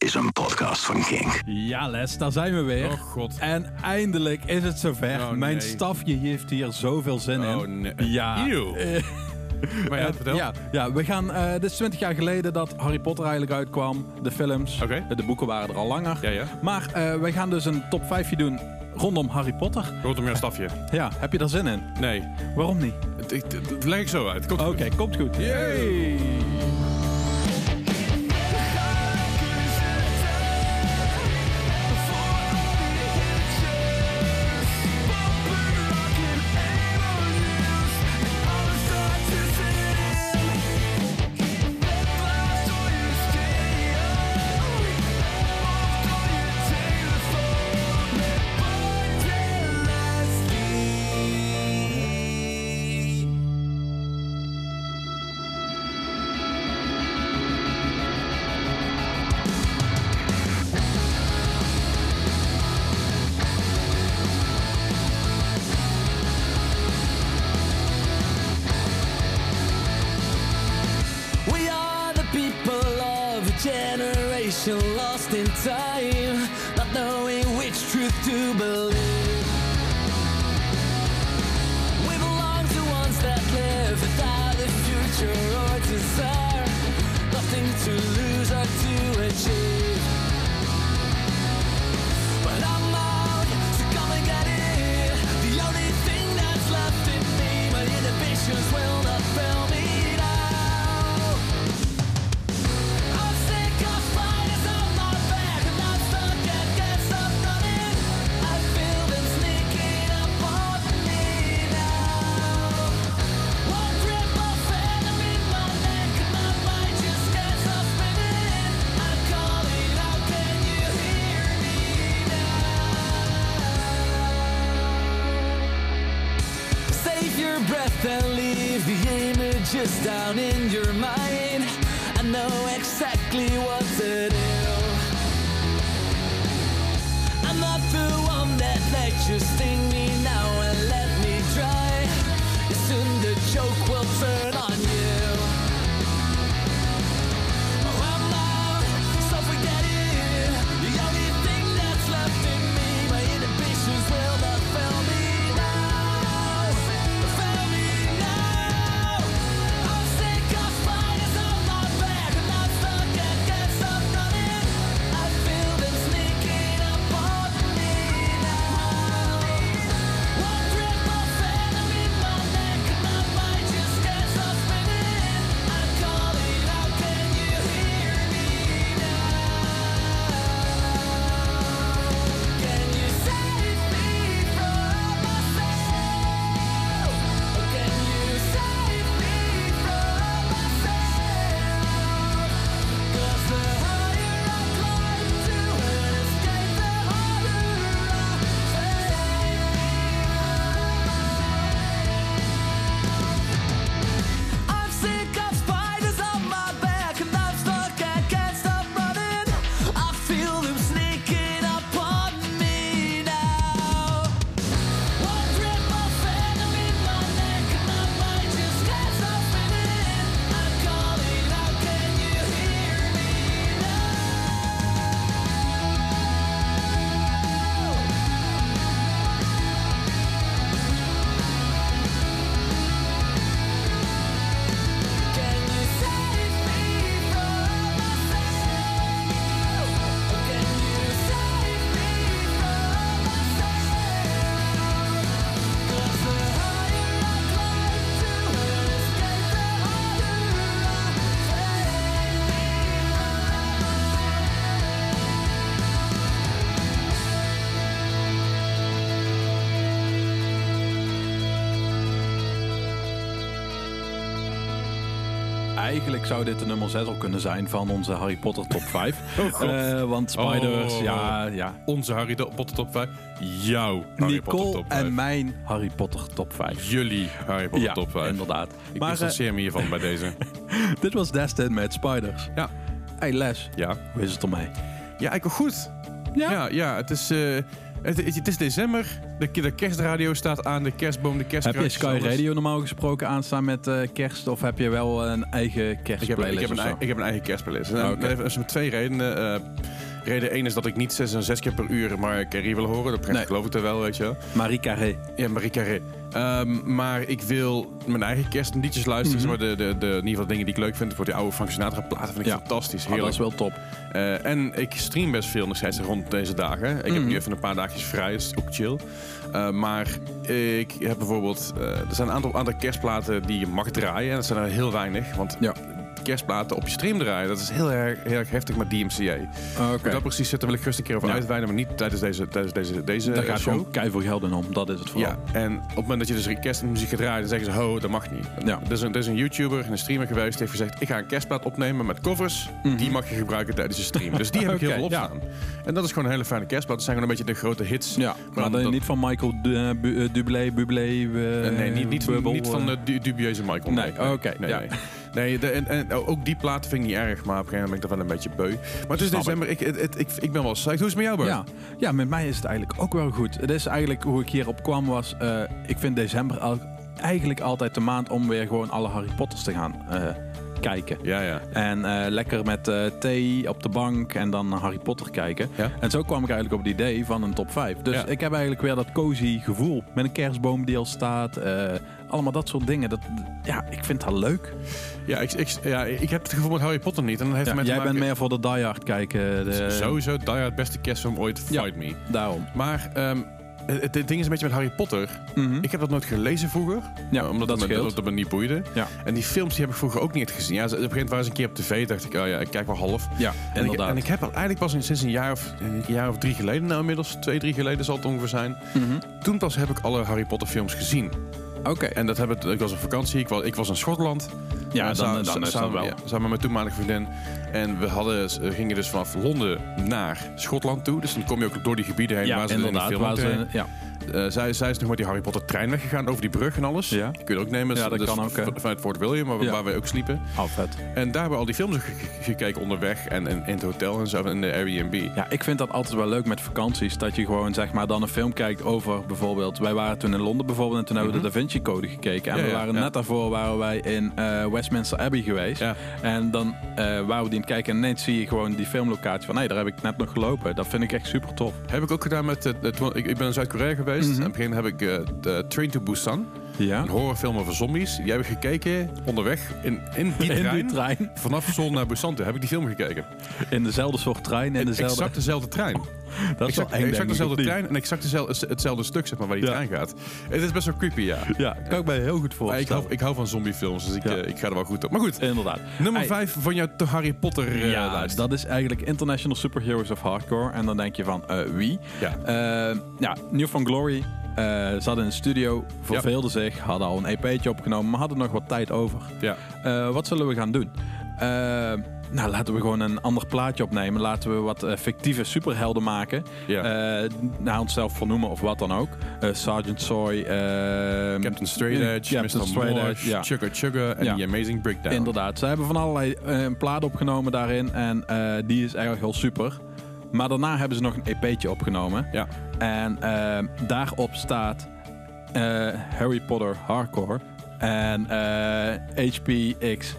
is een podcast van Kink. Ja, Les, daar zijn we weer. Oh god. En eindelijk is het zover. Oh, Mijn nee. stafje heeft hier zoveel zin in. Oh nee. Ja. Eeuw. Maar ja, vertel. Ja, we gaan. Dit is 20 jaar geleden dat Harry Potter eigenlijk uitkwam. De films. Oké. De boeken waren er al langer. Ja. Maar wij gaan dus een top 5 doen rondom Harry Potter. Rondom jouw stafje. Ja, heb je daar zin in? Nee. Waarom niet? Het leg ik zo uit. Komt goed. Oké, komt goed. Yay! Generation lost in time, not knowing which truth to believe. We belong to ones that live without a future or desire, nothing to lose or to achieve. But I'm out, so come and get it. The only thing that's left in me, my inhibitions will not fail me. And leave the images down in your mind. I know exactly what to do. I'm not the one that let you sting me now and let me dry. Soon the joke will turn on you. Oh, I'm out, so forget it. The only thing that's left in me, my inhibitions will not fail me. Eigenlijk zou dit de nummer 6 al kunnen zijn van onze Harry Potter top 5. Oh god. Want Spiders, ja. Onze Harry Potter top 5. Jouw Harry Potter Nicole top 5. en mijn Harry Potter top 5. Jullie Harry Potter top 5. Inderdaad. Ik distanceer me hiervan bij deze. Dit was Destin met Spiders. Ja. Hey Les, Ja. hoe is het ermee? Ja, ik wel goed. Ja, het is... Het is december, de kerstradio staat aan, de kerstboom, de kerstkrantjes. Heb je Sky Radio normaal gesproken aanstaan met kerst? Of heb je wel een eigen kerstplaylist? Ik heb een eigen kerstplaylist. Okay. Dat is met twee redenen. Reden 1 is dat ik niet 6 en 6 keer per uur Mariah Carey wil horen. Dat geloof ik er wel, weet je wel. Marie Carré. Ja, Marie Carré. Maar ik wil mijn eigen kerstliedjes luisteren. Maar in ieder geval dingen die ik leuk vind. Voor die oude Frank Sinatra platen vind ik fantastisch. Heerlijk. Dat is wel top. En ik stream best veel nog steeds rond deze dagen. Ik heb nu even een paar dagjes vrij. Dat is ook chill. Maar ik heb bijvoorbeeld... er zijn een aantal kerstplaten die je mag draaien. En dat zijn er heel weinig. Want kerstplaten op je stream draaien, dat is heel erg heftig met DMCA. Okay. Dat precies zit, daar wil ik gerust een keer over uitweiden, maar niet tijdens deze daar gaat show. Gewoon keiveel geld in om, dat is het vooral. Ja, en op het moment dat je dus kerstmuziek gaat draaien, dan zeggen ze, dat mag niet. Ja. Er is een YouTuber, een streamer geweest, die heeft gezegd, ik ga een kerstplaat opnemen met covers, die mag je gebruiken tijdens je stream. Dus die heb ik heel veel opstaan. Ja. En dat is gewoon een hele fijne kerstplaat. Dat zijn gewoon een beetje de grote hits. Ja, maar dan niet van Michael Bublé. Nee, niet van de dubieuze Michael. Nee, oké. Nee, en ook die plaat vind ik niet erg, maar op een gegeven moment ben ik dat wel een beetje beu. Maar het is december, ik ben wel psyched. Hoe is het met jou, Bert? Ja, met mij is het eigenlijk ook wel goed. Het is eigenlijk hoe ik hierop kwam was, ik vind december eigenlijk altijd de maand om weer gewoon alle Harry Potters te gaan kijken. Ja. En lekker met thee op de bank en dan Harry Potter kijken. Ja? En zo kwam ik eigenlijk op het idee van een top 5. Dus ik heb eigenlijk weer dat cozy gevoel. Met een kerstboom die al staat. Allemaal dat soort dingen. Ik vind dat leuk. Ja, ik heb het gevoel met Harry Potter niet. En dan heeft jij bent meer voor de Die Hard kijken. Sowieso, Die Hard, beste kerstfilm ooit. Fight me. Daarom. Maar... het ding is een beetje met Harry Potter. Ik heb dat nooit gelezen vroeger. Ja, omdat dat me niet boeide. Ja. En die films die heb ik vroeger ook niet gezien. Ja, op een gegeven moment waren ze een keer op tv. Dacht ik, ik kijk wel half. Ja, inderdaad. En ik heb eigenlijk pas sinds een jaar of 3 geleden, nou inmiddels 2-3 geleden zal het ongeveer zijn. Toen pas heb ik alle Harry Potter films gezien. Oké. En ik was op vakantie. Ik was in Schotland. Ja, dan is dat wel. Samen met mijn toenmalige vriendin. En we gingen dus vanaf Londen naar Schotland toe. Dus dan kom je ook door die gebieden heen waar ze in de film zij is nog met die Harry Potter trein weggegaan over die brug en alles. Ja. Die kun je ook nemen. Ja, dat kan ook. Vanuit Fort William, waar wij ook sliepen. Vet. En daar hebben we al die films gekeken onderweg. En in het hotel en zo, in de Airbnb. Ja, ik vind dat altijd wel leuk met vakanties. Dat je gewoon zeg maar dan een film kijkt over bijvoorbeeld... Wij waren toen in Londen bijvoorbeeld en toen hebben we de Da Vinci Code gekeken. En we waren net daarvoor waren wij in Westminster Abbey geweest. Ja. En dan waren we die aan het kijken en ineens zie je gewoon die filmlocatie van... daar heb ik net nog gelopen. Dat vind ik echt super tof. Heb ik ook gedaan met... ik ben in Zuid-Korea geweest. En op een gegeven moment heb ik de Train to Busan. Ja. Een horrorfilm over zombies. Die heb ik gekeken onderweg in die trein. Vanaf Seoul naar Busan toe heb ik die film gekeken. In dezelfde soort trein? Exact dezelfde trein. Dat is exact dezelfde trein en exact hetzelfde stuk zeg maar, waar die trein gaat. Het is best wel creepy, ja. Ja, kan ik mij heel goed voorstellen. Ik hou van zombiefilms, dus ik ga er wel goed op. Maar goed, inderdaad. Nummer 5 van jouw Harry Potter lijst. Dat is eigenlijk International Superheroes of Hardcore. En dan denk je van, wie? New Found Glory. Ze hadden een studio, verveelden zich, hadden al een EP'tje opgenomen, maar hadden nog wat tijd over. Ja. Wat zullen we gaan doen? Laten we gewoon een ander plaatje opnemen. Laten we wat fictieve superhelden maken. Ja. Naar onszelf vernoemen of wat dan ook. Sergeant Soy. Captain Straight Edge. Mr. Morsh. Chugga Chugga. En The Amazing Breakdown. Inderdaad. Ze hebben van allerlei platen opgenomen daarin. En die is eigenlijk heel super. Maar daarna hebben ze nog een EP'tje opgenomen. Ja. En daarop staat Harry Potter Hardcore. En HPX...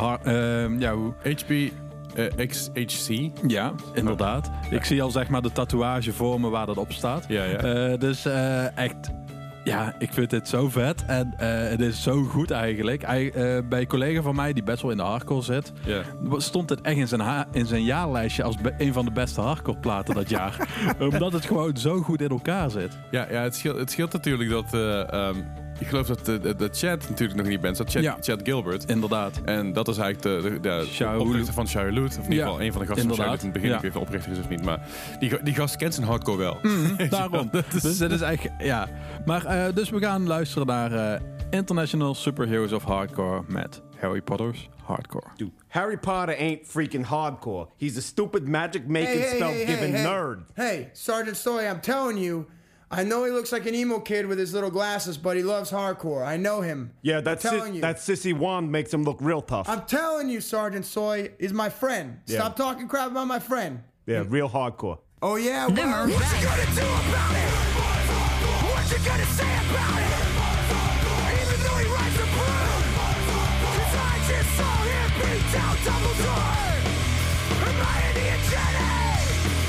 XHC. Ja, inderdaad. Ja. Ik zie al zeg maar de tatoeage voor me waar dat op staat. Ja. Dus echt... Ja, ik vind dit zo vet. En het is zo goed eigenlijk. Bij een collega van mij die best wel in de hardcore zit... stond het echt in zijn jaarlijstje als een van de beste hardcore platen dat jaar. Omdat het gewoon zo goed in elkaar zit. Ja, het scheelt natuurlijk dat... ik geloof dat de Chad natuurlijk nog niet bent. Chad Gilbert. Inderdaad. En dat is eigenlijk de oprichter van Shia LaBeouf. Of in ieder geval een van de gasten van Shia LaBeouf. In het begin, ik weet niet of de oprichter is of niet. Maar die gast kent zijn hardcore wel. Daarom. Dus dat is eigenlijk... Ja. Maar dus we gaan luisteren naar International Superheroes of Hardcore met Harry Potter's Hardcore. Dude, Harry Potter ain't freaking hardcore. He's a stupid magic-making, spell-giving nerd. Hey, Sergeant Soy, I'm telling you... I know he looks like an emo kid with his little glasses, but he loves hardcore. I know him. Yeah, that sissy wand makes him look real tough. I'm telling you, Sergeant Soy is my friend. Yeah. Stop talking crap about my friend. Yeah, real hardcore. Oh, yeah? What you gonna do about it? What you gonna say about it? Even though he rides a broom. 'Cause I just saw him beat down Dumbledore. Hermione and Jenny.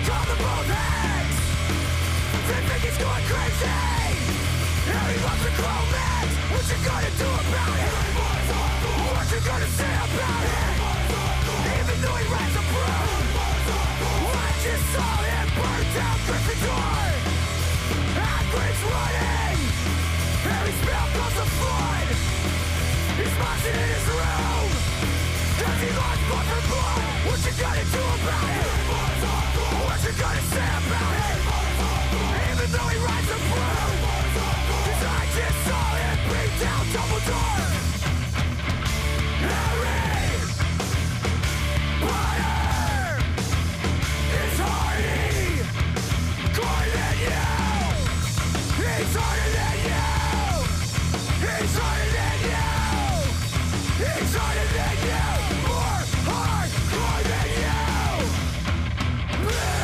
on the both heads. They think he's going crazy. And he loves to grow legs. What you gonna do about it? What you gonna say about it? Even though he rides a broom, I just saw him burn down Gryffindor. Hagrid's running. Harry's mouth goes a flood. He's marching in his room. Cause he lost blood for blood. What you gonna do about it? What you gonna say about it? Even though he rides a broom, cause I just saw him beat down Dumbledore. Harry Potter is hardy. Harder than you. He's harder than you. He's harder than you. He's harder than you. More hardcore than you.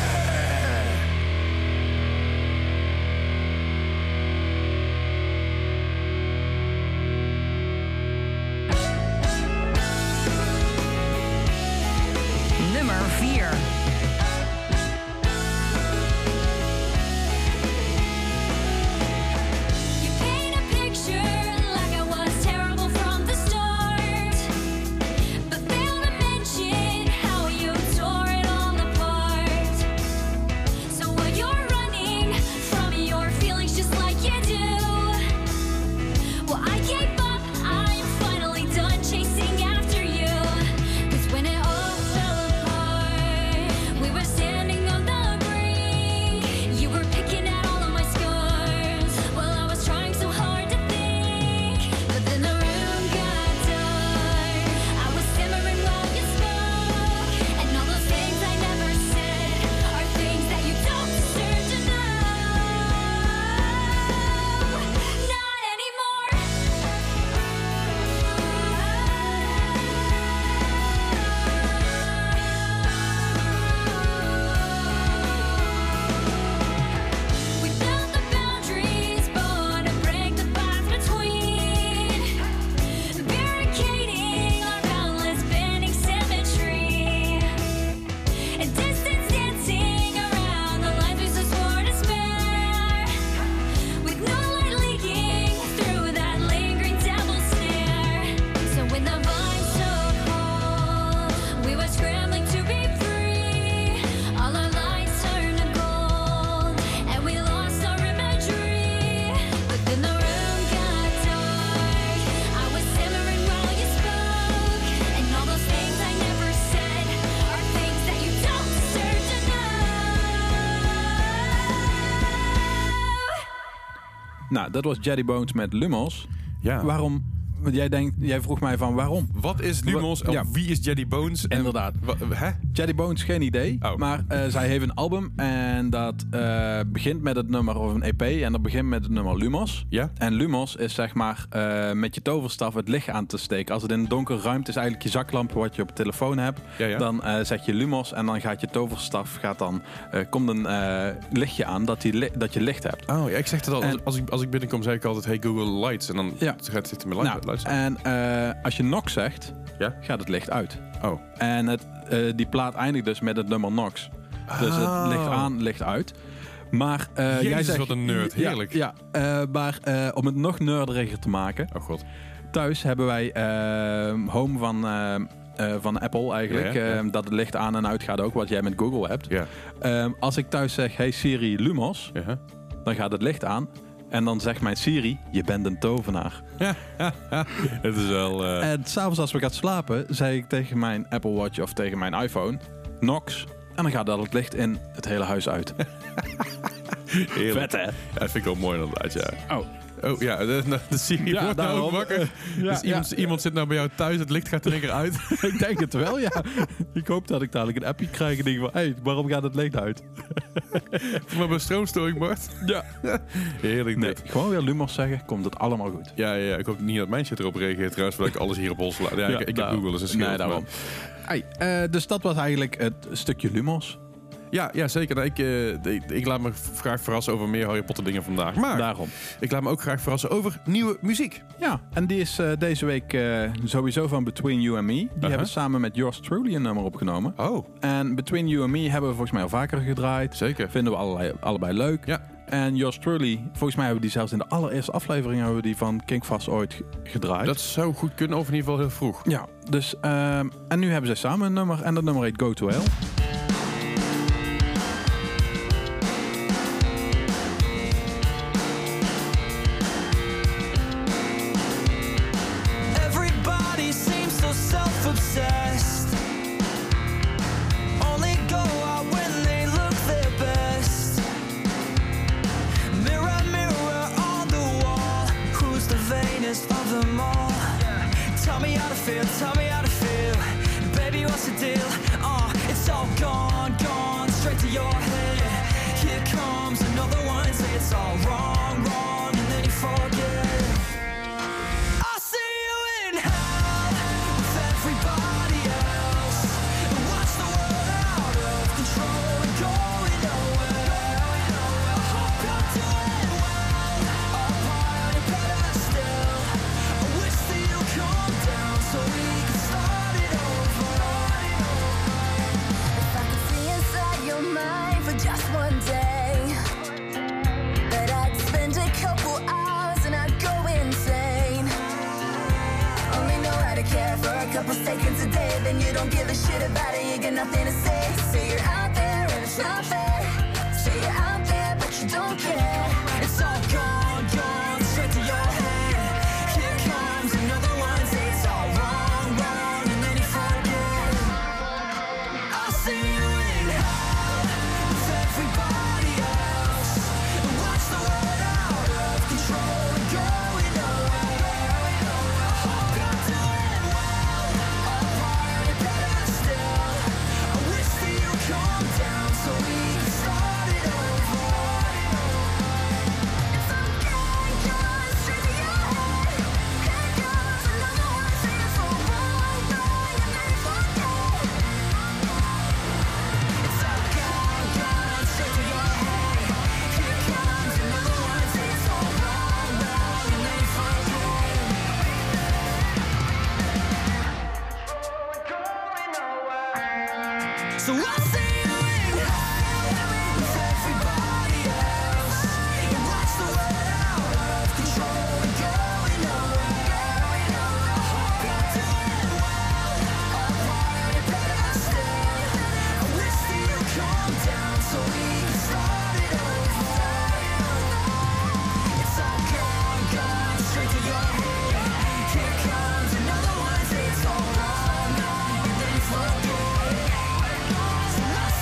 Nummer 4. You paint a picture like I was terrible from the start, but fail to mention how you tore it all apart. So while you're running from your feelings just like you do, well, I gave up. I am finally done chasing after you. 'Cause when it all fell apart, we were standing on the brink. You were picking at all of my scars while I was trying so hard to think. But then the room got dark. I was simmering while you spoke, and all those things I never said are things that you don't deserve to know. Not anymore. We built the boundaries, but to break the path between, barricading our boundless bending symmetry, and distance dancing around the lines we so swore to spare, with no light leaking through that lingering devil snare. So when the vines took hold, we were scrambling to be free. All our lights turned to gold, and we lost our imagery. But then the room got dark. I was simmering while you spoke, and all those things I never said are things that you don't deserve to know. Nou, dat was Jetty Bones met Lumos. Ja. Waarom? Want jij vroeg mij van waarom? Wat is Lumos? Ja. Of wie is Jetty Bones? En Inderdaad. Hè? Jetty Bones, geen idee. Oh. Maar zij heeft een album en dat begint met het nummer, of een EP, en dat begint met het nummer Lumos. Ja. En Lumos is zeg maar met je toverstaf het licht aan te steken. Als het in een donkere ruimte is, eigenlijk je zaklamp wat je op je telefoon hebt. Ja, ja. Dan zeg je Lumos en dan gaat je toverstaf, komt een lichtje aan dat je licht hebt. Oh, ja, ik zeg het al. En- Als ik binnenkom, zeg ik altijd, hey Google Lights. En dan Ja. gaat het in mijn Nou, lights. en als je Nox zegt, Ja? gaat het licht uit. Oh. En die plaat eindigt dus met het nummer Nox. Dus het licht aan, licht uit. Maar Jezus, jij zegt, wat een nerd. Heerlijk. Ja, maar om het nog nerderiger te maken. Oh god. Thuis hebben wij Home van Apple eigenlijk. Ja, ja. Dat het licht aan en uit gaat ook, wat jij met Google hebt. Ja. Als ik thuis zeg, hey Siri, Lumos, Ja. dan gaat het licht aan. En dan zegt mijn Siri, je bent een tovenaar. Het is wel... En s'avonds als we gaan slapen, zeg ik tegen mijn Apple Watch of tegen mijn iPhone, Nox. En dan gaat dat het licht in het hele huis uit. heerlijk. Vet, hè? Ja, dat vind ik wel mooi inderdaad, ja. Oh. Oh ja, de Siri Ja, wordt nou ook daarom. wakker. Ja, Dus iemand zit nou bij jou thuis, het licht gaat er één keer uit. Ik denk het wel, ja. Ik hoop dat ik dadelijk een appje krijg en denk van, hey, waarom gaat het licht uit? Maar bij stroomstoring, Bart. Ja. Heerlijk Nee, dit. gewoon weer Lumos zeggen, komt het allemaal goed. Ja, ik hoop niet dat mijn shit erop reageert trouwens, voordat ik alles hier op hol sla. Ja, ik heb Google, dus dat scheelt. Nee, daarom. Maar- Dus dat was eigenlijk het stukje Lumos. Ja, zeker. Nou, ik laat me graag verrassen over meer Harry Potter dingen vandaag. Maar Daarom. ik laat me ook graag verrassen over nieuwe muziek. Ja, en die is deze week sowieso van Between You and Me. Die hebben samen met Yours Truly een nummer opgenomen. Oh, En Between You and Me hebben we volgens mij al vaker gedraaid. zeker. Vinden we allebei leuk. Ja. En Yours Truly, volgens mij hebben we die zelfs in de allereerste aflevering hebben we die van Kinkfast ooit gedraaid. Dat zou goed kunnen, of in ieder geval heel vroeg. Ja, dus en nu hebben ze samen een nummer en dat nummer heet Go to Hell. Everybody seems so self-obsessed. Only go out when they look their best. Mirror, mirror on the wall, who's the vainest of them all? Tell me how to feel, tell me how to feel. Baby, what's the deal? It's all gone, gone, straight to your head. Here comes another one, say it's all wrong, wrong, and then you forget. I'll see you in hell with everybody else, and watch the world out of control and going nowhere. I hope you're doing well, up high on a pedestal. I wish that you calm down so we can start it over. If I could see inside your mind for just one day, but I'd spend a couple hours and I'd go insane. Only know how to care for a couple seconds a day, then you don't give a shit about it, you got nothing to say. Say you're out there and it's not fair. Say you're out there but you don't care. It's all gone, gone, straight to your head. Here comes another one, say it's all wrong, wrong, and then you forget. I'll see you in hell with everybody else, and watch the world out of control and going nowhere. I hope you're doing well, up high on a pedestal. I wish that you calm down so we can start it over. It's okay, going straight to your head. Here comes another one, say it's all wrong, wrong, and then you forget. It's all gone, gone, straight to your head. Here comes another one, say it's all wrong, wrong, and then you forget. So I'll see you in hell with everybody else, and watch the world out of control and going nowhere. I hope you're doing well, up high on a pedestal. I wish that you calm down so we can start it over. It's all gone, gone, straight to your head. Here comes another one, say it's all wrong, and then you forget. So I'll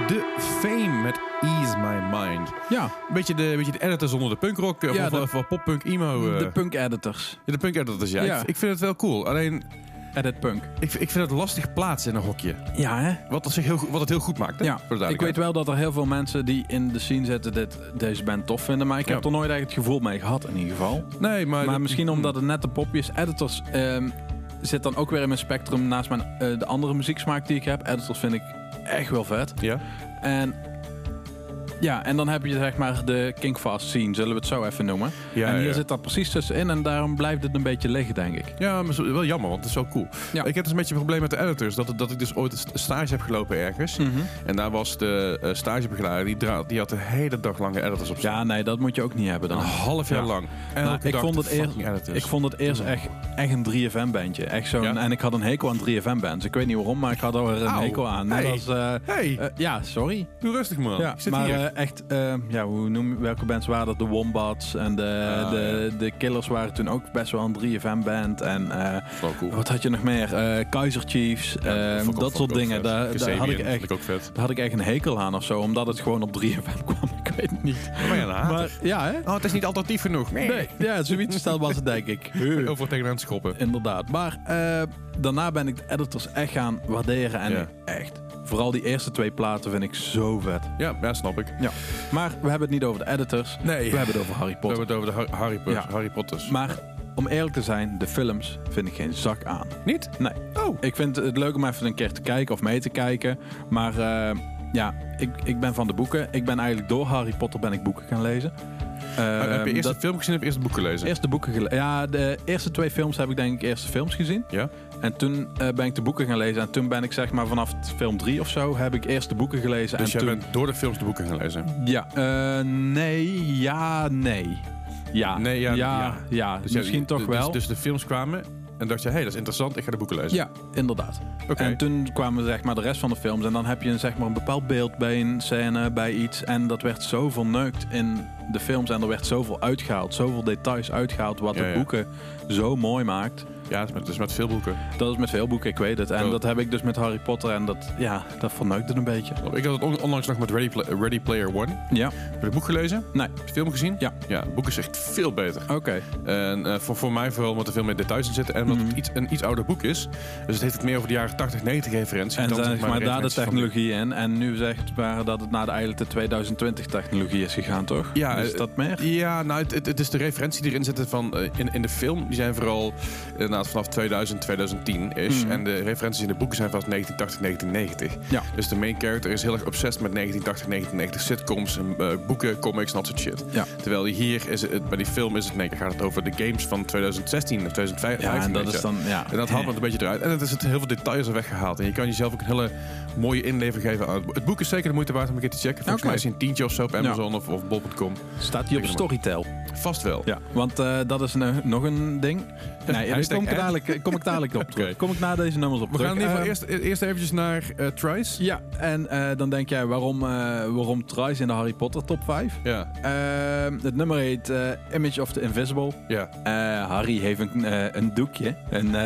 de Fame met Ease My Mind. Ja, Een beetje de editors onder de punkrock. Ja, of poppunk emo. de punk editors. Ja, de punk editors, ja. Ja. Ik vind het wel cool. Alleen, Edit punk. ik vind het lastig plaatsen in een hokje. Ja, hè? Wat het heel goed maakt, hè? Ja, Voor de ik weet wel dat er heel veel mensen die in de scene zitten deze band tof vinden, maar ik heb er nooit echt het gevoel mee gehad in ieder geval. Nee, Maar misschien omdat het net de popjes. Editors zit dan ook weer in mijn spectrum naast de andere muzieksmaak die ik heb. Editors vind ik echt wel vet. Ja? En dan heb je zeg maar de Kinkfast scene, zullen we het zo even noemen. Ja, en hier ja. zit dat precies tussenin en daarom blijft het een beetje liggen, denk ik. Ja, maar wel jammer, want het is wel cool. Ja. Ik heb dus een beetje een probleem met de editors. Dat ik dus ooit een stage heb gelopen ergens. En daar was de stagebegeleider, die had de hele dag lange editors op staan. Ja, nee, dat moet je ook niet hebben dan. Een half jaar Ja. lang. En Nou, elke dag de fucking editors. ik vond het eerst echt een 3FM-bandje. Echt zo'n, Ja? En ik had een hekel aan 3FM-bands. Ik weet niet waarom, maar ik had er een Auw. hekel aan. Hey. Dat was, Hey, ja, sorry. doe rustig man. Ja, Ik zit maar hier. echt, welke bands waren dat? De Wombats en de Killers waren toen ook best wel een 3FM-band. En Wel cool. wat had je nog meer? Kaiser Chiefs, dat soort dingen. Daar had ik echt een hekel aan of zo, omdat het gewoon op 3FM kwam. Ik weet het niet. Maar ja, nou, Maar ja, hè? het is niet alternatief genoeg. Nee, ja, zoiets stelt was het, denk ik. Over tegenaan het schoppen. Inderdaad. Maar daarna ben ik de editors echt gaan waarderen. En Ja. echt, vooral die eerste 2 platen vind ik zo vet. Ja, snap ik. Ja. Maar we hebben het niet over de editors. Nee. We hebben het over Harry We Potter. hebben het over de Ja. Harry Potters. Maar om eerlijk te zijn, de films vind ik geen zak aan. Niet? Nee. Oh. Ik vind het leuk om even een keer te kijken of mee te kijken. Maar ik ben van de boeken. Ik ben eigenlijk door Harry Potter ben ik boeken gaan lezen. Heb je eerst de film gezien of eerst het boek gelezen? Eerst de boeken gelezen. Ja, de eerste 2 films heb ik denk ik eerst de films gezien. Ja? En toen ben ik de boeken gaan lezen. En toen ben ik zeg maar vanaf film 3 of zo heb ik eerst de boeken gelezen. Dus en jij toen... bent door de films de boeken gaan lezen? Ja, nee, ja, nee. Ja, Nee, ja. Dus misschien jij- toch wel. Dus de films kwamen en dacht je, hey, dat is interessant, ik ga de boeken lezen. Ja, inderdaad. Oké. En toen kwamen zeg maar de rest van de films. En dan heb je zeg maar een bepaald beeld bij een scène, bij iets. En dat werd zo verneukt in de films. En er werd zoveel uitgehaald. Zoveel details uitgehaald. Wat de boeken zo mooi maakt. Ja, dat is met veel boeken. Dat is met veel boeken, ik weet het. En dat heb ik dus met Harry Potter. En dat verneukt het een beetje. Ik had het onlangs nog met Ready Player One. Ja. Heb je het boek gelezen? Nee. Heb je de film gezien? Ja. Ja, het boek is echt veel beter. Oké. En voor mij vooral omdat er veel meer details in zitten. En omdat het een iets ouder boek is. Dus het heeft het meer over de jaren 80, 90 referentie. En dan zeg zeg maar daar de referenties van technologie in. En nu zegt maar dat het naar eigenlijk de 2020 technologie is gegaan, toch? Ja, is dat meer? Ja, nou, het is de referentie die erin zitten van in de film. Die zijn vooral inderdaad vanaf 2000, 2010-ish. En de referenties in de boeken zijn vanaf 1980, 1990. Ja. Dus de main character is heel erg obsessed met 1980, 1990 sitcoms, boeken, comics en dat soort shit. Ja. Terwijl hier is het, bij die film is het, nee, gaat het over de games van 2016 of 2015. Ja, en dat weet is je. dan, ja. En dat haalt het een beetje eruit. En het is heel veel details er weggehaald. En je kan jezelf ook een hele mooie inleving geven aan het boek. Is zeker de moeite waard om een keer te checken. Volgens mij is hij een tientje of zo op Amazon of bol.com. Staat hij op Storytel? Vast wel. Ja, want dat is nog een ding. Nee, daar kom ik dadelijk op terug. Oké. Kom ik na deze nummers op We terug. gaan in ieder geval eerst eventjes naar Trice. Ja, en dan denk jij waarom Trice in de Harry Potter top 5? Ja. Het nummer heet Image of the Invisible. Ja. Harry heeft een doekje.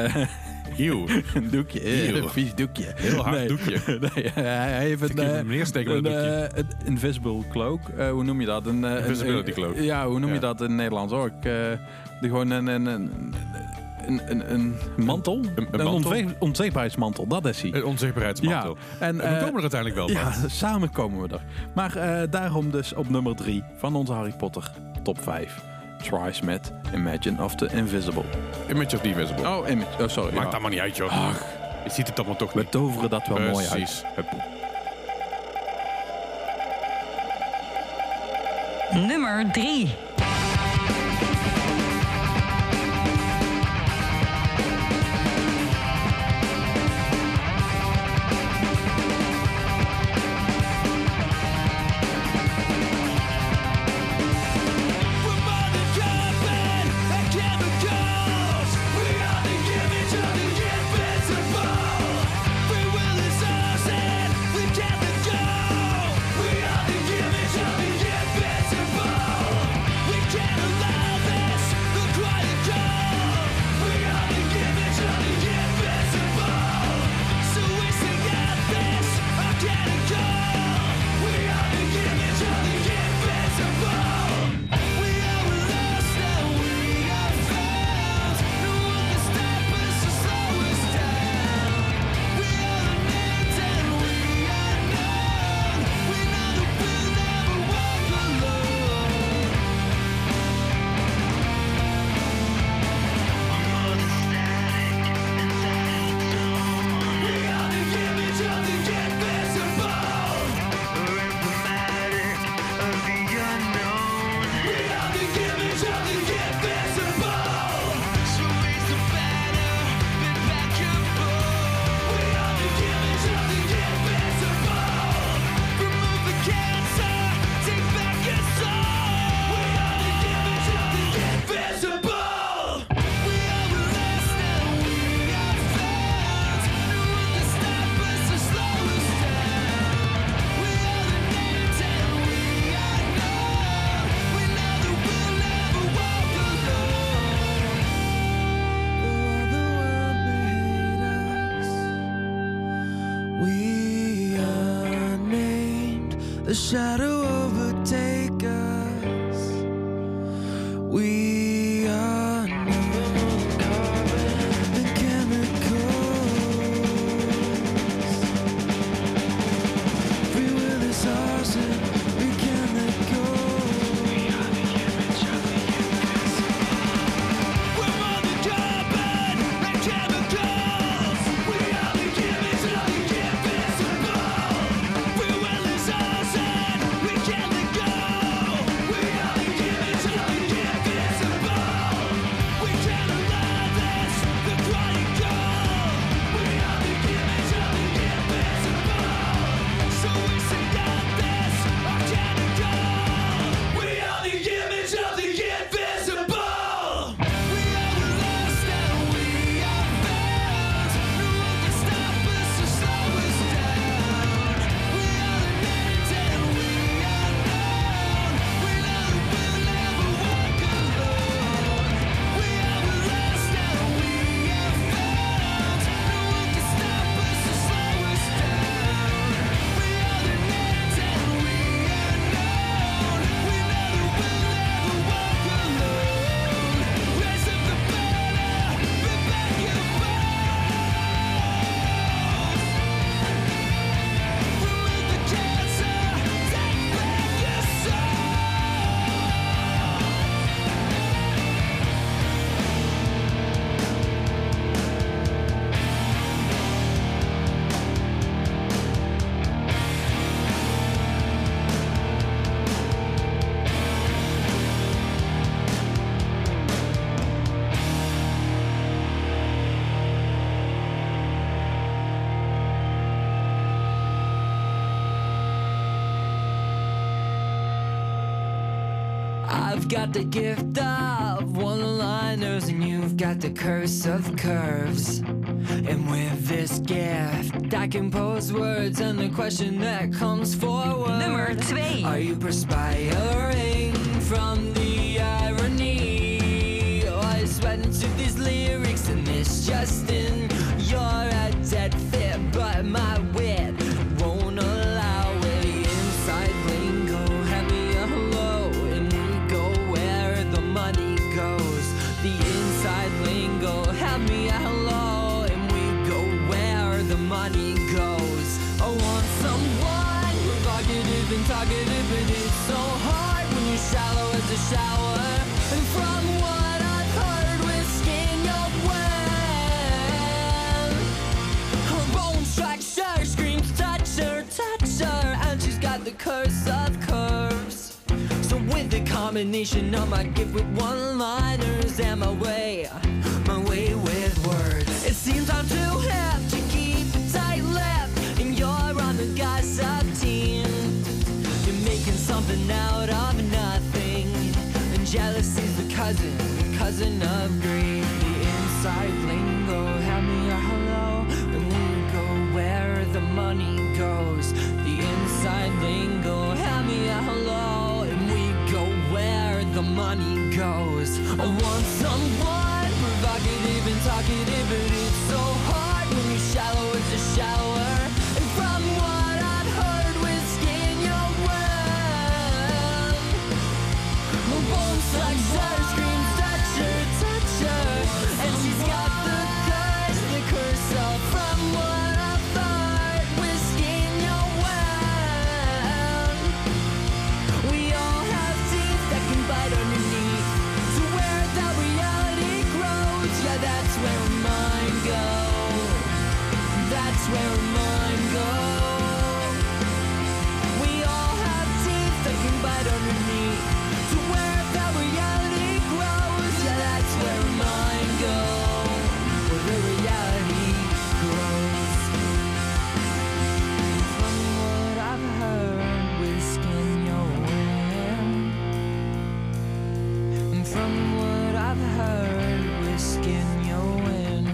Eeuw. Een doekje. Eeuw. Een vies doekje. Heel hard doekje. Nee, hij heeft Ik heb hem neersteken met een doekje. een invisible cloak. Hoe noem je dat? Invisibility cloak. Ja, hoe noem je Ja. dat in het Nederlands ook? Gewoon een mantel? Een mantel? Onzichtbaarheidsmantel, dat is hij. Een onzichtbaarheidsmantel. En we komen er uiteindelijk wel ja, van. samen komen we er. Maar daarom dus op nummer 3 van onze Harry Potter top 5. Trice met Imagine of the Invisible. Image of the Invisible. Oh, Image. Oh, sorry. Maakt ja. allemaal niet uit, joh. Ach. Je ziet het allemaal toch We niet. toveren dat wel mooi uit. Precies. Hup. Nummer 3. We are the image of the invisible. the shadow overtake us. We are numb carbon and chemicals. Free will is ours and we can't let go. We are the image of the invisible. We're all the carbon and chemicals. We are the image of the invisible. Free will is ours and we can't let go. We are the image of the invisible. We can't allow this, the crying goal. We are the image of the invisible. So we sing out this, our cannonball. We are the image of the invisible. We are the lost and we are found. No one can stop us or slow us down. We are the named and we are known. We know that we'll never walk alone. We are the lost and we are found. No one can stop us or slow us down. We are the named and we are known. We know that we'll never walk alone. Raise up the banner, bring back your bones. Remove the cancer, take back your soul. I've got the gift of one-liners and you've got the curse of curves. And with this gift, I compose words and the question that comes forward. Nummer 2. Are you perspiring from the irony? Or are you sweating to these lyrics and this just in? You're a dead fit, but my wit won't allow it. Inside lingo, heavy or low, and we go where the money goes. The inside lingo, help me out low, and we go where the money goes. I want someone provocative and talkative, but it's so hard when you're shallow as a shower. And from what I've heard, whiskey in your well. Her bone structure screams touch her, and she's got the curse of curves. So with the combination of my gift with one-liners and my way with words, it seems I'm too hip to keep a tight lip, and you're on the gossip team. You're making something out of nothing, and jealousy's the cousin of greed. The inside lingo, help me or hello, and we go where the money goes. The inside lingo, help me or hello, and we go where the money goes. I want someone provocative and talkative, but it's so hard when you're shallow as a shower. And from what I've heard, whiskey in your well. My bone structure screams touch her, and she's got the curse of. From what I've heard, whiskey in your well. We all have teeth that can bite underneath, to where that reality grows. Yeah, that's where mine go. That's where mine go. We all have teeth that can bite underneath, to where that reality grows. Yeah, that's where mine go. Where the reality grows. From what I've heard, whiskey in your well. And from what I've heard, whiskey in your wind.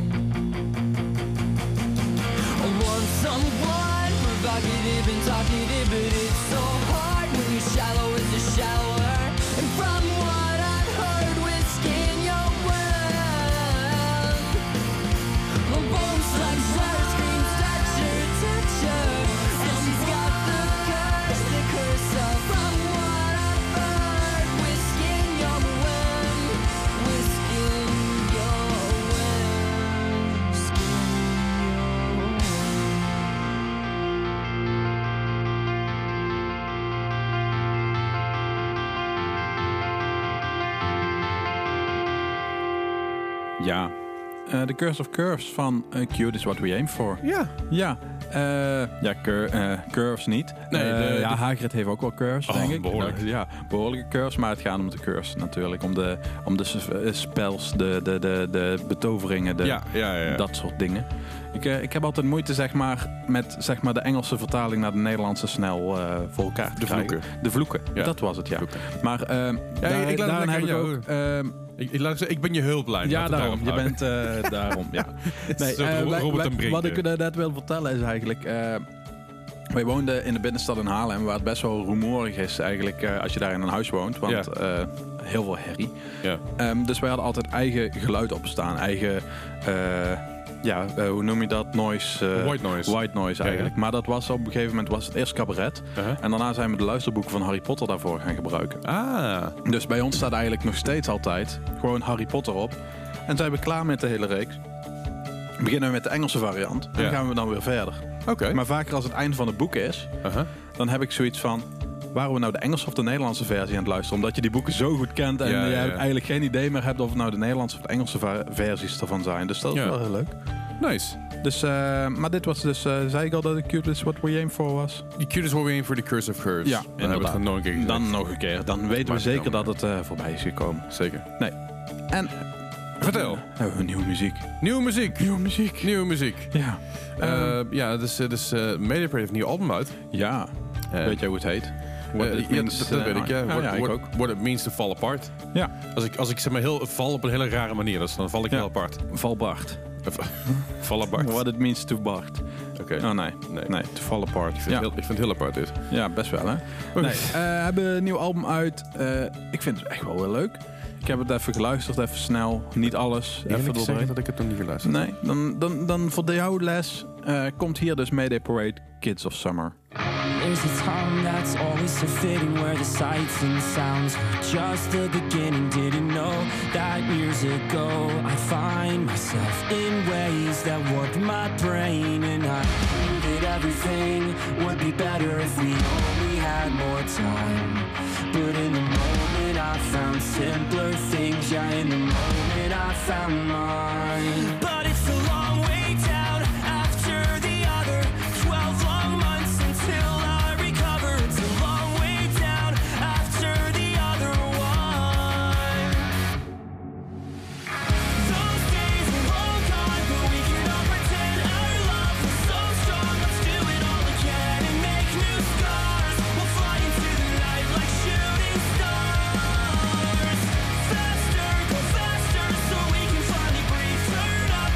I want someone provocative and talkative, but it's so hard when you're shallow as a shower. And from what I've heard, whiskey in your well. My bone structure screams touch her, and she's got the curse Ja. The Curse of Curves van Cute is What We Aim For. Ja. Ja. Curves niet. Nee, Hagrid heeft ook wel curves, denk ik. behoorlijk. Ja, behoorlijke curves. Maar het gaat om de curves natuurlijk. Om de spells, de betoveringen, dat soort dingen. Ik heb altijd moeite met de Engelse vertaling naar de Nederlandse snel voor elkaar te krijgen. De vloeken. Ja. Dat was het, ja. Vloeken. Maar daarin heb ik ook... Ik ben je hulplijn. Ja, daarom. Je bent daarom, ja. Robert en Brink. Wat ik net wil vertellen is eigenlijk... wij woonden in de binnenstad in Haarlem, waar het best wel rumoerig is eigenlijk als je daar in een huis woont. Want heel veel herrie. Ja. Dus wij hadden altijd eigen geluid opstaan. Eigen... hoe noem je dat? Noise. White noise eigenlijk. Ja. Maar dat was op een gegeven moment was het eerst cabaret. En daarna zijn we de luisterboeken van Harry Potter daarvoor gaan gebruiken. Dus bij ons staat eigenlijk nog steeds altijd gewoon Harry Potter op. En zijn we klaar met de hele reeks. Beginnen we met de Engelse variant. En dan gaan we dan weer verder. Oké. Maar vaker als het einde van het boek is, dan heb ik zoiets van... Waren we nou de Engelse of de Nederlandse versie aan het luisteren? Omdat je die boeken zo goed kent en je eigenlijk geen idee meer hebt of het nou de Nederlandse of de Engelse versies ervan zijn. Dus dat is wel heel leuk. Nice. Dus, maar dit was dus, zei ik al dat de Cute is What We Aim For was? The Cute is What We Aim For, The Curse of Curves. Ja, dan hebben we het nog een keer gezegd. Dan nog een keer. Dan weten we zeker dat het voorbij is gekomen. Zeker. Nee. En... Vertel. Nieuwe muziek. Nieuwe muziek. Nieuwe muziek. Ja. Dus Mayday Parade heeft een nieuw album uit. Ja. Weet jij hoe het heet? Dat weet ik, ja. Ik ook. What it means to fall apart. Ja. Als ik zeg maar heel val op een hele rare manier, dus dan val ik heel apart. Val Bart. Fall apart. What it means to Bart. Oké. Oh nee, to fall apart. Ik vind het heel apart dit. Ja, best wel hè. Nee, hebben een nieuw album uit. Ik vind het echt wel heel leuk. Ik heb het even geluisterd, even snel. Niet alles. Even zeggen dat ik het nog niet geluisterd. Nee, dan voor jouw les komt hier dus Mayday Parade, Kids of Summer. There's a time that's always so fitting where the sights and sounds were just the beginning. Didn't know that years ago I find myself in ways that warped my brain, and I knew that everything would be better if we only had more time. But in the moment I found simpler things. Yeah, in the moment I found mine. But it's a long way down after the other 12 long months until I recover. It's a long way down after the other one. Those days are long gone, but we cannot pretend our love was so strong. Let's do it all again and make new scars. We'll fly into the night like shooting stars. Faster, go faster, so we can finally breathe. Turn up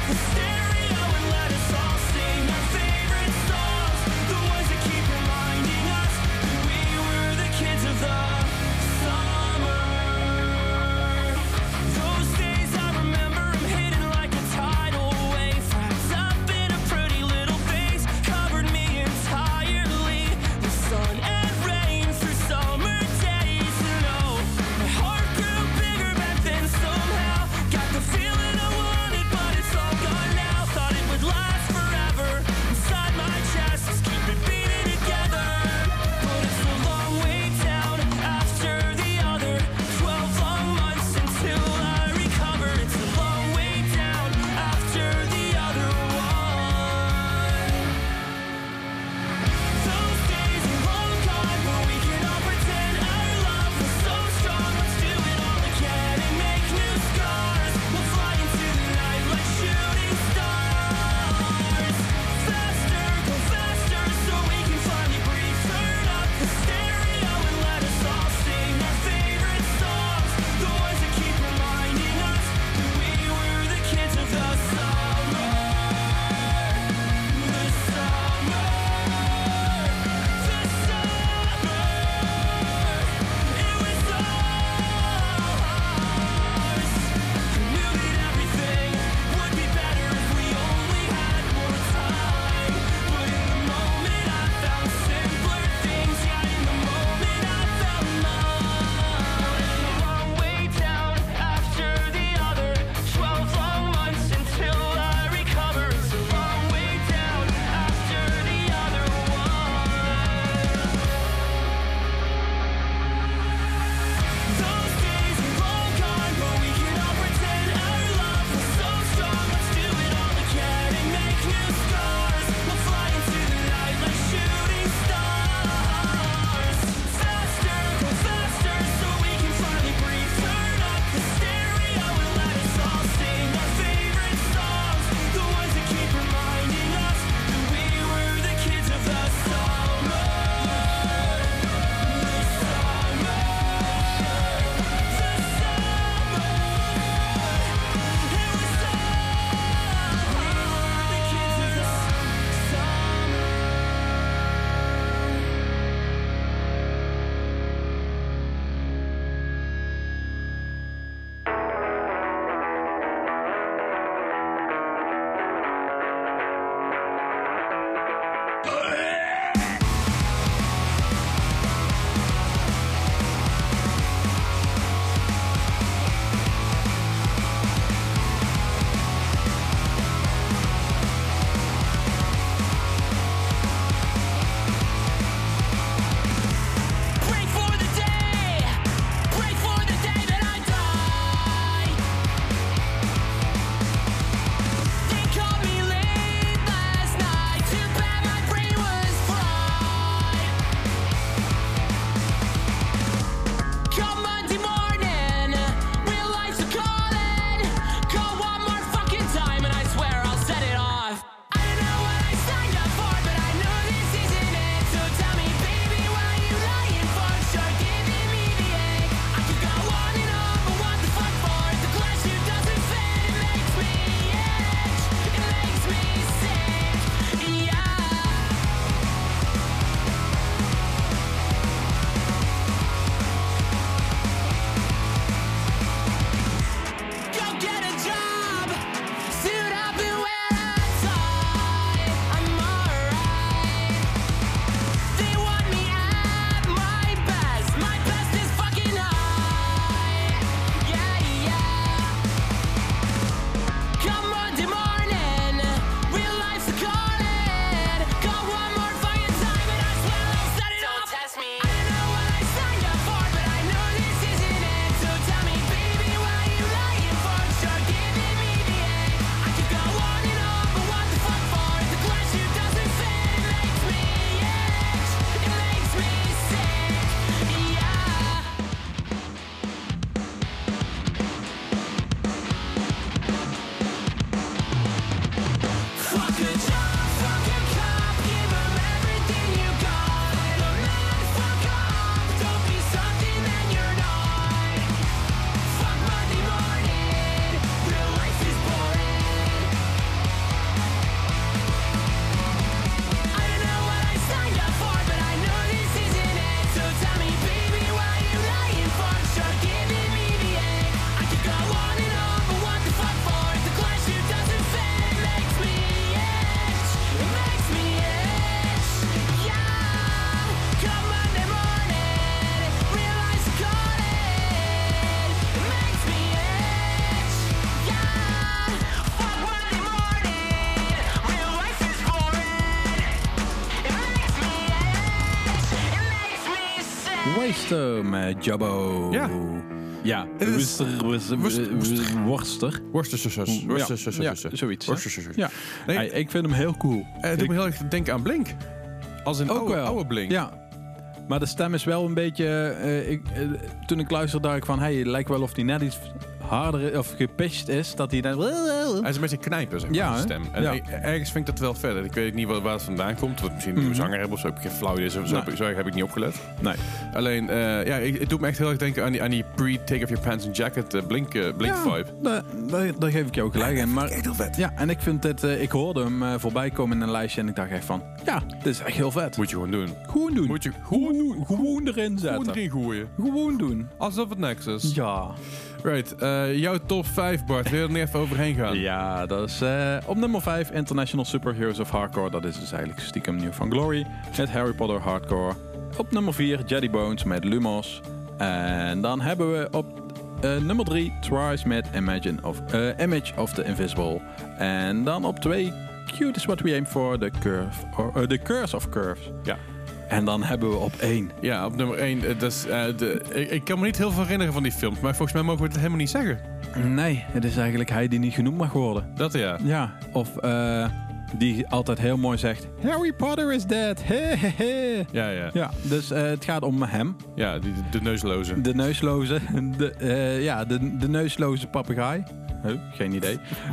Waster met Jabbo. Ja. Ja, Het is- Worster. Worcestershire. Ja, zoiets. hè? Worcestershire. Ja. Nee. Hey, ik vind hem heel cool. Het doet me heel erg denken aan Blink. Als een Ook wel. oude Blink. Ja. Maar de stem is wel een beetje... toen ik luisterde dacht ik van... Hey, het lijkt wel of die net iets harder of gepitcht is. Dat hij dan... Hij is een beetje knijpen, zeg maar, Ja, zijn hè? stem. En Ja. Ergens vind ik dat wel verder. Ik weet niet waar het vandaan komt. Wat misschien een nieuwe zanger hebben of zo. Heb ik geen flauw idee. Zo heb ik niet opgelet. Nee. Alleen, het doet me echt heel erg denken aan die pre-take off your pants and jacket Blink vibe. Daar geef ik jou gelijk in. Maar, Echt heel vet. ja, en ik vind dit... ik hoorde hem voorbij komen in een lijstje en ik dacht echt van... Ja, dit is echt heel vet. Moet je gewoon doen. Gewoon doen. Moet je Gewoon erin zetten. gewoon erin gooien. Gewoon doen. Alsof het niks is. Ja. Right. Jouw top 5, Bart. Wil je er niet even overheen gaan? Ja, dat is op nummer 5 International Superheroes of Hardcore. Dat is dus eigenlijk stiekem New Found Glory met Harry Potter Hardcore. Op nummer 4 Jedi Bones met Lumos. En dan hebben we op nummer 3 Twice met Image of the Invisible. En dan op 2 Cute is what we aim for, The Curse of Curves. Ja. En dan hebben we op 1. Ja, op nummer 1. Ik kan me niet heel veel herinneren van die films. Maar volgens mij mogen we het helemaal niet zeggen. Nee, het is eigenlijk hij die niet genoemd mag worden. Dat ja. Ja, of die altijd heel mooi zegt... Harry Potter is dead. He. Ja. Ja, dus het gaat om hem. Ja, de neusloze. De neusloze. De neusloze papegaai. Geen idee.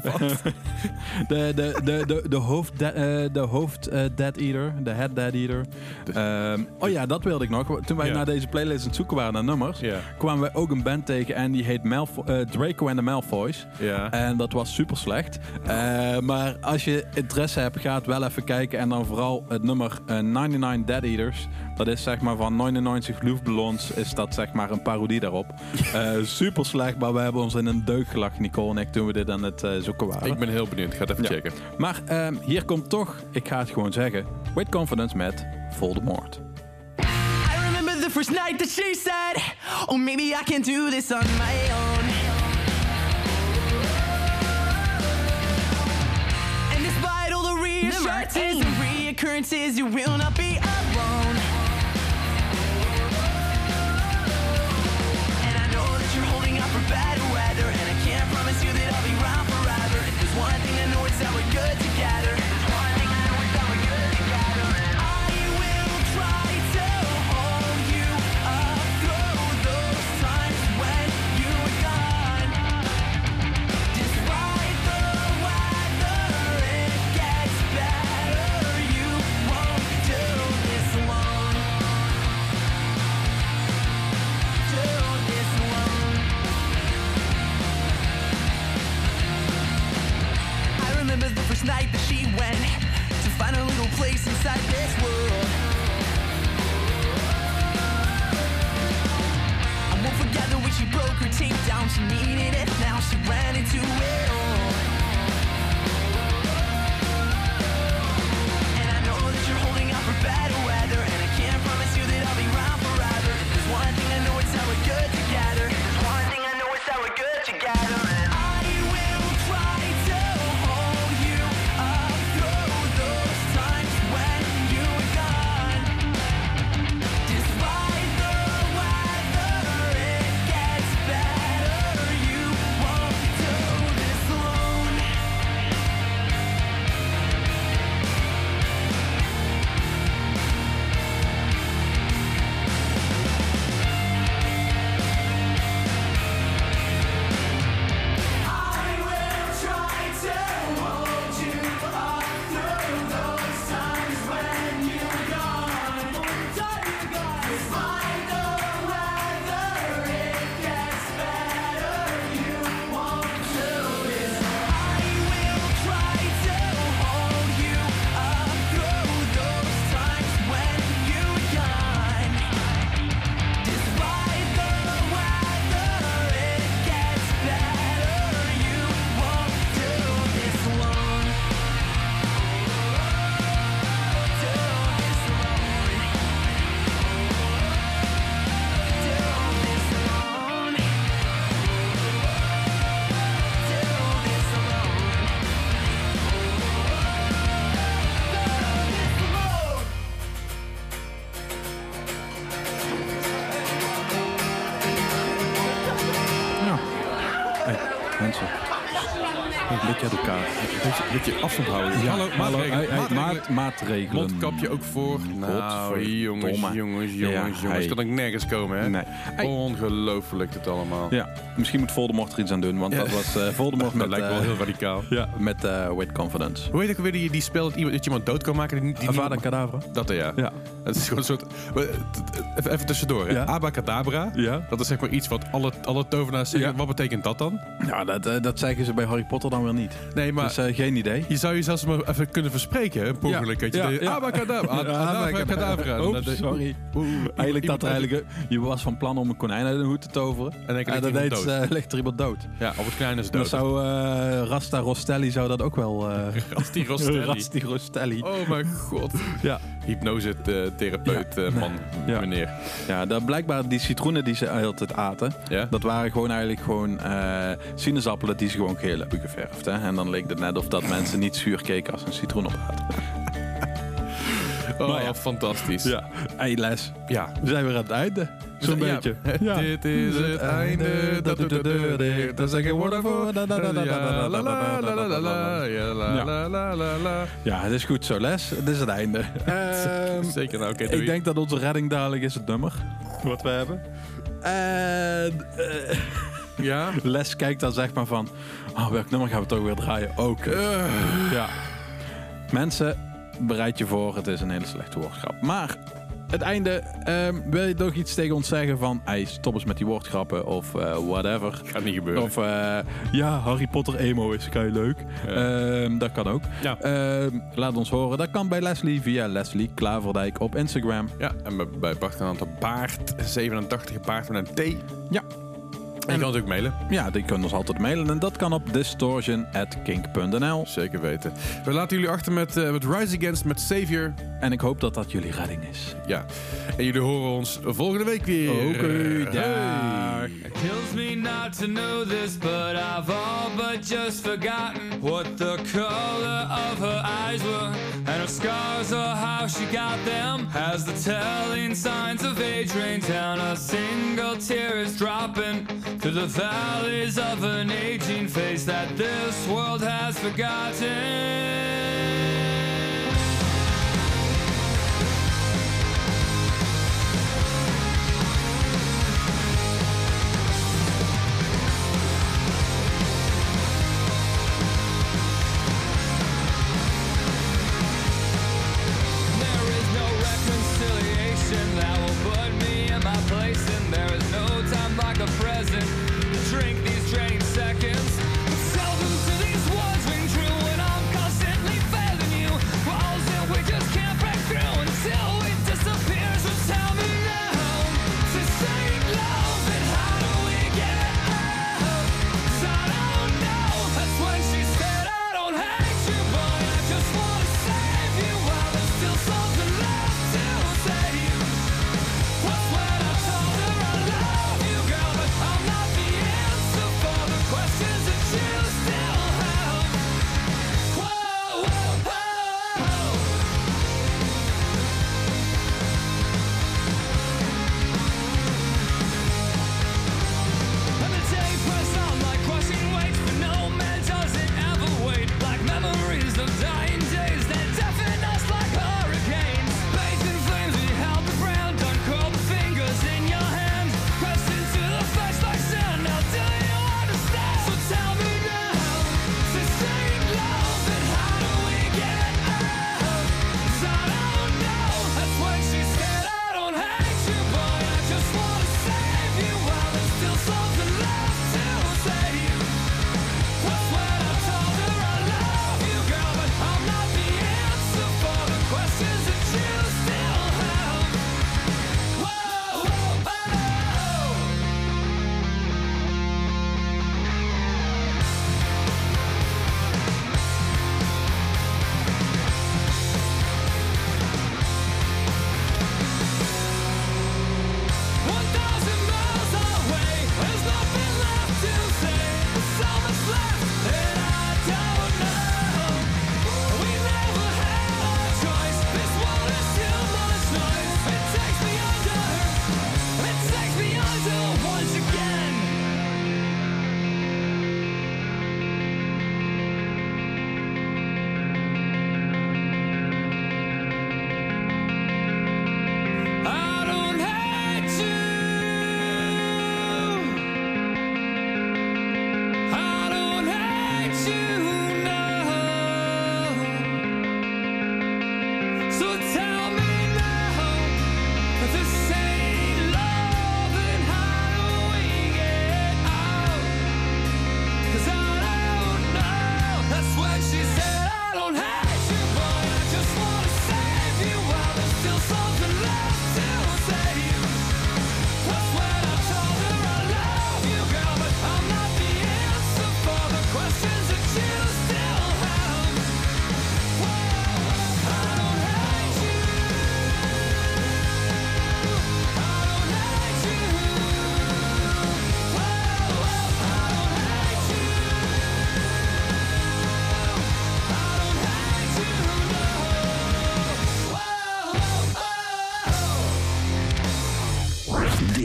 de hoofd Dead Eater. De Head Dead Eater. Oh ja, dat wilde ik nog. Toen wij Ja. naar deze playlist aan het zoeken waren naar nummers... Ja. kwamen we ook een band tegen en die heet Draco and the Malfoys. Ja. En dat was super slecht. Maar als je interesse hebt, ga het wel even kijken. En dan vooral het nummer 99 Dead Eaters. Dat is zeg maar van 99 luchtballons. Is dat zeg maar een parodie daarop. Super slecht, maar we hebben ons in een deuk gelachen, Nicole en ik, toen we dit aan het zoeken waren. Ik ben heel benieuwd. Ik ga het even Ja. checken. Maar hier komt toch, ik ga het gewoon zeggen, With Confidence met Voldemort. I remember the first night that she said, oh, maybe I can do this on my own. And despite all the reassurances and reoccurrences, you will not be alone. And I know that you're holding out for bad weather, and I can't promise you that I'll be around forever. If there's one thing I know, it's that we're good together. There's one thing I know, it's that we're good together. I will try to hold you up through those times when you were gone. Despite the weather, it gets better. You won't do this alone. Do this alone. I remember the first night that she went to find a little place inside this world. I won't forget the way she broke her tape down. She needed it, now she ran into it all. And I know that you're holding out for better weather, and I can't promise you that I'll be around forever. If there's one thing I know, it's that we're good together. There's one thing I know, it's that we're good together. And I will try to hold you up through those times when Een beetje uit elkaar. Een beetje afstand houden. Ja, Hallo, maatregelen. Maatregelen. Mondkapje ook voor. Nou, jongens. Kan ik nergens komen, hè? Nee. Ongelooflijk dit allemaal. Ja, misschien moet Voldemort er iets aan doen, want dat was Voldemort Dat met... lijkt wel heel radicaal. Ja, met With Confidence. Hoe heet ook weer die spel dat je iemand dood kan maken? Die Avada Kedavra. Dat ja. Ja. Het is gewoon een soort... Even tussendoor, hè? Ja. Abacadabra. Ja. Dat is zeg maar iets wat alle tovenaars zeggen. Ja. Wat betekent dat dan? Ja, dat zeggen ze bij Harry Potter dan weer niet. Nee, maar... Dus geen idee. Je zou je zelfs maar even kunnen verspreken, hè? Per ongeluk. Dat je denkt, Abacadabra. Oh, sorry. Eigenlijk je was van plan om een konijn uit een hoed te toveren. En dan ligt er iemand dood. Ja, of het kleine is Dat dood. zou Rasta Rostelli zou dat ook wel... Rasti Rostelli. Oh mijn god. Ja. Hypnose-therapeut, man, Ja. meneer. Ja, dat blijkbaar die citroenen die ze altijd aten, Ja? dat waren gewoon eigenlijk sinaasappelen die ze gewoon geel hebben geverfd. Hè? En dan leek het net of dat mensen niet zuur keken als ze een citroen opraten. Oh, Maar ja. Fantastisch. Ja. Hey Les, Ja. we zijn weer aan het einde. Zo'n Ja. beetje. Dit is het einde. Dat doet de deur dicht. Daar zeg ik woorden voor. Ja, la la la la la la. Ja, la la la la. Ja, het is goed zo, Les. Het is het einde. Zeker, nou, oké, doei. Ik denk dat onze redding dadelijk is het nummer wat we hebben. En Ja? Les kijkt dan zeg maar van... Oh, welk nummer gaan we toch weer draaien? Oké. Ja. Mensen, bereid je voor. Het is een hele slechte woordgrap. Maar het einde... wil je toch iets tegen ons zeggen van... Hey, stop eens met die woordgrappen of whatever. Gaat niet gebeuren. Of ja, Harry Potter emo is kei leuk. Dat kan ook. Ja. Laat ons horen. Dat kan bij Leslie via Leslie Klaverdijk op Instagram. Ja, en bij Bart kan het Baart 87 Baart met een T. Ja. En je kan het ook mailen. Ja, die kunnen ons altijd mailen. En dat kan op distortion@kink.nl. Zeker weten. We laten jullie achter met Rise Against met Savior. En ik hoop dat dat jullie redding is. Ja. En jullie horen ons volgende week weer. Oké, dag. It kills me not to know this, but I've all but just forgotten what the color of her eyes were, and her scars or how she got them. As the telling signs of age rain down, a single tear is dropping to the valleys of an aging face that this world has forgotten. That will put me in my place, and there is no time like the present to drink these draining seconds. Seldom do these words ring true when I'm constantly failing you.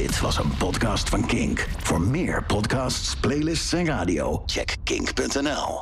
Dit was een podcast van Kink. Voor meer podcasts, playlists en radio, check kink.nl.